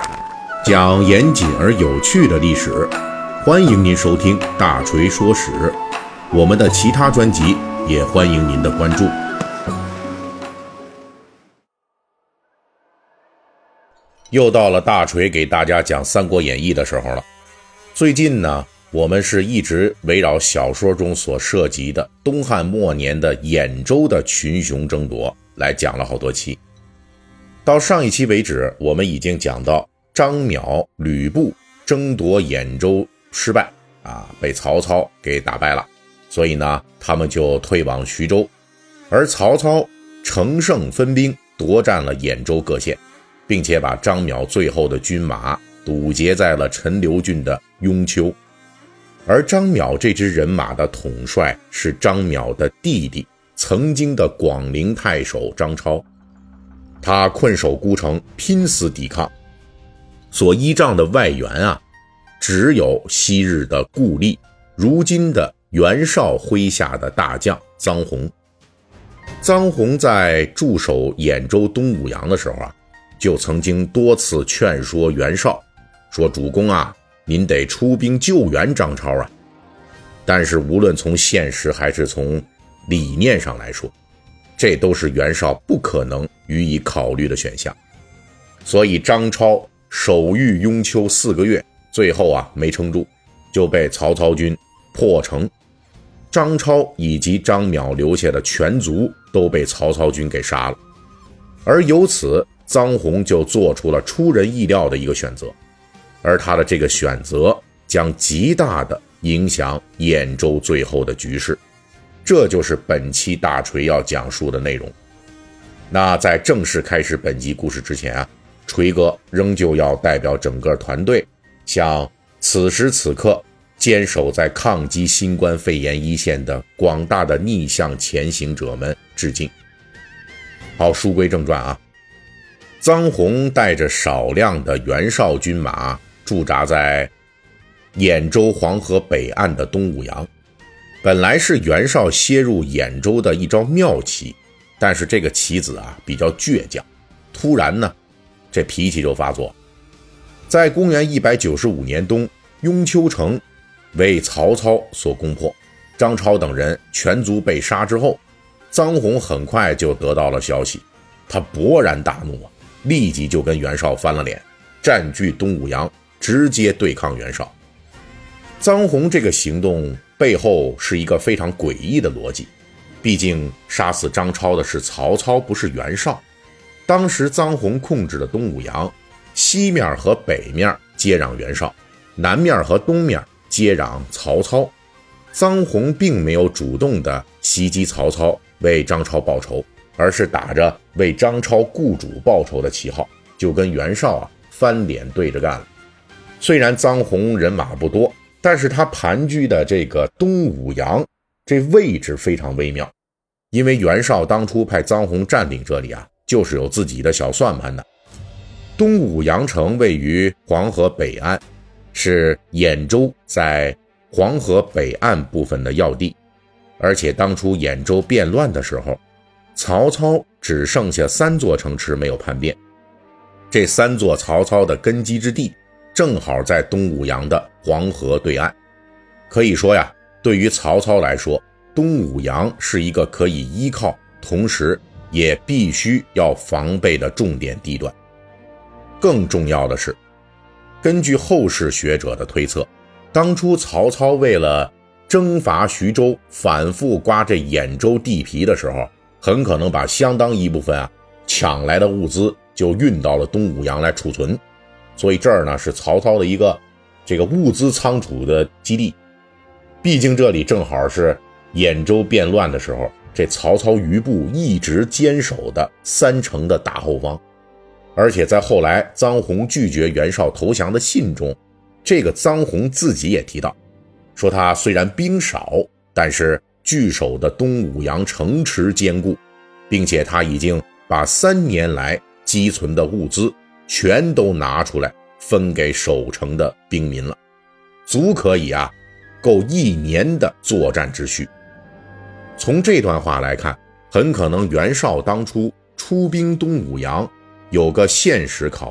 讲严谨而有趣的历史，欢迎您收听大锤说史。我们的其他专辑也欢迎您的关注。又到了大锤给大家讲《三国演义》的时候了。最近呢，我们是一直围绕小说中所涉及的东汉末年的兖州的群雄争夺来讲了好多期。到上一期为止，我们已经讲到张邈、吕布争夺兖州失败被曹操给打败了，所以呢，他们就退往徐州，而曹操乘胜分兵夺占了兖州各县，并且把张邈最后的军马堵截在了陈留郡的雍丘。而张邈这支人马的统帅是张邈的弟弟，曾经的广陵太守张超。他困守孤城，拼死抵抗，所依仗的外援只有昔日的故吏，如今的袁绍麾下的大将臧洪。臧洪在驻守兖州东武阳的时候就曾经多次劝说袁绍，说主公您得出兵救援张超但是无论从现实还是从理念上来说，这都是袁绍不可能予以考虑的选项。所以张超守御雍丘4个月，最后没撑住，就被曹操军破城。张超以及张邈留下的全族都被曹操军给杀了。而由此臧洪就做出了出人意料的一个选择，而他的这个选择将极大的影响兖州最后的局势。这就是本期大锤要讲述的内容。那在正式开始本集故事之前锤哥仍旧要代表整个团队向此时此刻坚守在抗击新冠肺炎一线的广大的逆向前行者们致敬。好，书归正传臧洪带着少量的袁绍军马驻扎在兖州黄河北岸的东武阳。本来是袁绍歇入兖州的一招妙棋，但是这个棋子比较倔强，突然呢这脾气就发作。在公元195年冬，雍丘城为曹操所攻破，张超等人全族被杀之后，臧洪很快就得到了消息，他勃然大怒立即就跟袁绍翻了脸，占据东武阳，直接对抗袁绍。臧洪这个行动背后是一个非常诡异的逻辑，毕竟杀死张超的是曹操，不是袁绍。当时臧洪控制的东武阳，西面和北面接壤袁绍，南面和东面接壤曹操。臧洪并没有主动的袭击曹操为张超报仇，而是打着为张超雇主报仇的旗号，就跟袁绍翻脸对着干了。虽然臧洪人马不多，但是他盘踞的这个东武阳这位置非常微妙，因为袁绍当初派臧洪占领这里就是有自己的小算盘的。东武阳城位于黄河北岸，是兖州在黄河北岸部分的要地，而且当初兖州变乱的时候，曹操只剩下3座城池没有叛变，这3座曹操的根基之地正好在东武阳的黄河对岸。可以说对于曹操来说，东武阳是一个可以依靠，同时也必须要防备的重点地段。更重要的是，根据后世学者的推测，当初曹操为了征伐徐州，反复刮这兖州地皮的时候，很可能把相当一部分抢来的物资就运到了东武阳来储存。所以这儿呢是曹操的一个这个物资仓储的基地。毕竟这里正好是兖州变乱的时候，这曹操余部一直坚守的3城的大后方。而且在后来臧洪拒绝袁绍投降的信中，这个臧洪自己也提到，说他虽然兵少，但是据守的东武阳城池坚固，并且他已经把3年来积存的物资全都拿出来分给守城的兵民了，足可以够1年的作战之需。从这段话来看，很可能袁绍当初出兵东武阳有个现实考虑，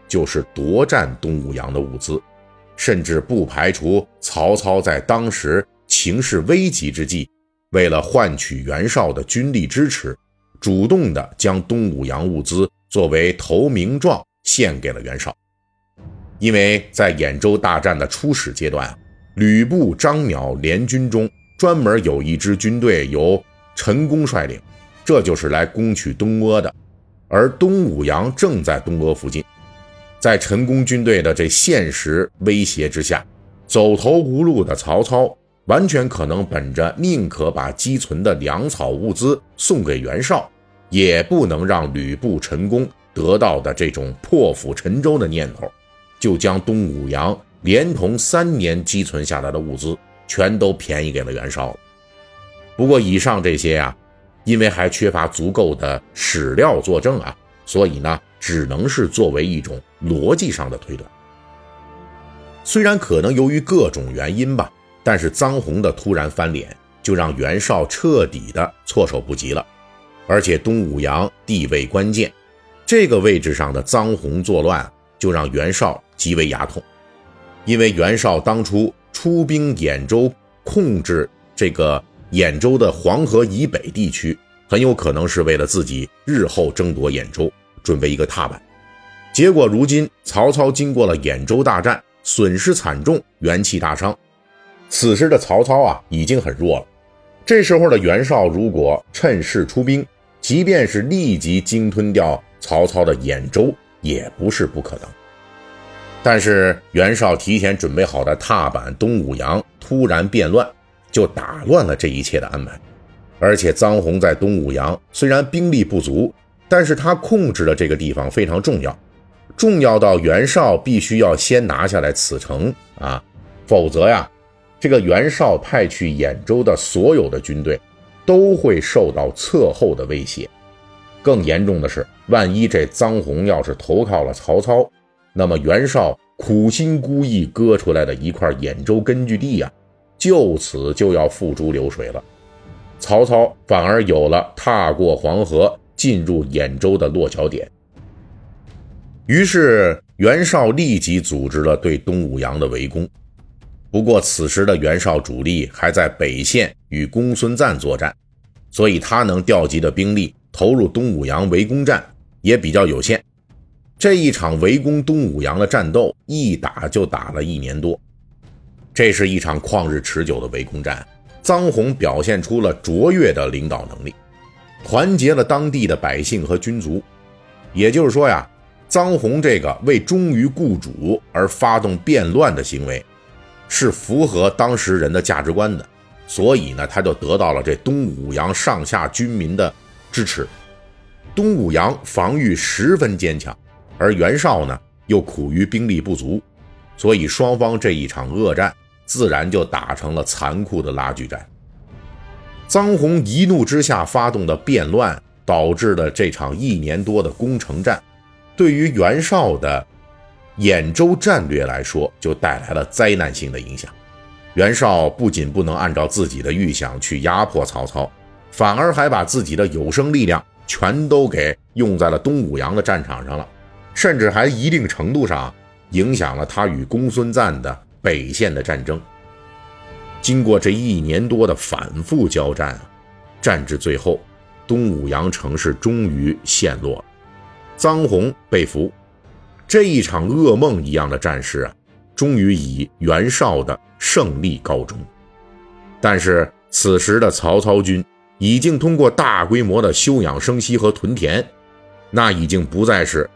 就是夺占东武阳的物资，甚至不排除曹操在当时情势危急之际，为了换取袁绍的军力支持，主动的将东武阳物资作为投名状献给了袁绍。因为在兖州大战的初始阶段，吕布、张邈联军中专门有一支军队由陈宫率领，这就是来攻取东阿的，而东武阳正在东阿附近。在陈宫军队的这现实威胁之下，走投无路的曹操完全可能本着宁可把积存的粮草物资送给袁绍，也不能让吕布、陈宫得到的这种破釜沉舟的念头，就将东武阳连同3年积存下来的物资全都便宜给了袁绍。不过以上这些因为还缺乏足够的史料作证所以呢，只能是作为一种逻辑上的推断。虽然可能由于各种原因吧，但是臧洪的突然翻脸就让袁绍彻底的措手不及了。而且东武阳地位关键，这个位置上的臧洪作乱就让袁绍极为牙痛。因为袁绍当初出兵兖州，控制这个兖州的黄河以北地区，很有可能是为了自己日后争夺兖州准备一个踏板。结果如今曹操经过了兖州大战，损失惨重，元气大伤。此时的曹操已经很弱了，这时候的袁绍如果趁势出兵，即便是立即鲸吞掉曹操的兖州也不是不可能。但是袁绍提前准备好的踏板东武阳突然变乱，就打乱了这一切的安排。而且臧洪在东武阳虽然兵力不足，但是他控制的这个地方非常重要，重要到袁绍必须要先拿下来此城否则这个袁绍派去兖州的所有的军队都会受到侧后的威胁。更严重的是，万一这臧洪要是投靠了曹操，那么袁绍苦心孤诣割出来的一块兖州根据地就此就要付诸流水了。曹操反而有了踏过黄河进入兖州的落脚点。于是袁绍立即组织了对东武阳的围攻。不过此时的袁绍主力还在北线与公孙瓒作战，所以他能调集的兵力投入东武阳围攻战也比较有限。这一场围攻东武阳的战斗一打就打了1年多，这是一场旷日持久的围攻战。臧洪表现出了卓越的领导能力，团结了当地的百姓和军族。也就是说臧洪这个为忠于雇主而发动变乱的行为是符合当时人的价值观的，所以呢，他就得到了这东武阳上下军民的支持。东武阳防御十分坚强，而袁绍呢又苦于兵力不足，所以双方这一场恶战自然就打成了残酷的拉锯战。臧洪一怒之下发动的变乱，导致了这场1年多的攻城战，对于袁绍的兖州战略来说就带来了灾难性的影响。袁绍不仅不能按照自己的预想去压迫曹操，反而还把自己的有生力量全都给用在了东武阳的战场上了，甚至还一定程度上影响了他与公孙瓒的北线的战争。经过这1年多的反复交战战至最后，东武阳城市终于陷落了，臧洪被俘。这一场噩梦一样的战事终于以袁绍的胜利告终。但是此时的曹操军已经通过大规模的休养生息和屯田，那已经不再是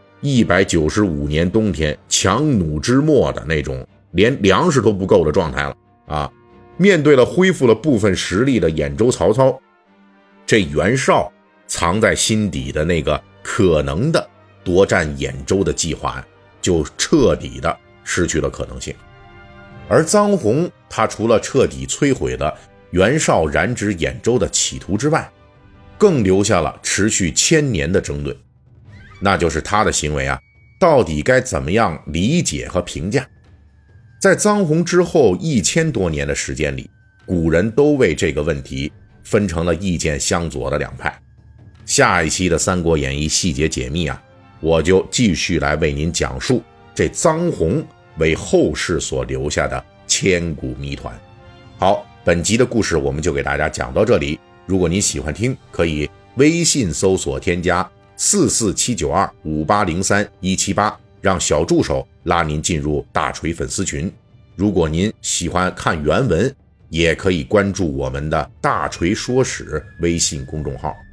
195年冬天强弩之末的那种连粮食都不够的状态了面对了恢复了部分实力的兖州曹操，这袁绍藏在心底的那个可能的夺占兖州的计划就彻底的失去了可能性。而臧洪他除了彻底摧毁了袁绍染指兖州的企图之外，更留下了持续1000年的争论，那就是他的行为到底该怎么样理解和评价。在臧洪之后1000多年的时间里，古人都为这个问题分成了意见相左的两派。下一期的《三国演义》细节解密我就继续来为您讲述这臧洪为后世所留下的千古谜团。好，本集的故事我们就给大家讲到这里。如果您喜欢听，可以微信搜索添加447925803-178，让小助手拉您进入大锤粉丝群。如果您喜欢看原文，也可以关注我们的大锤说史微信公众号。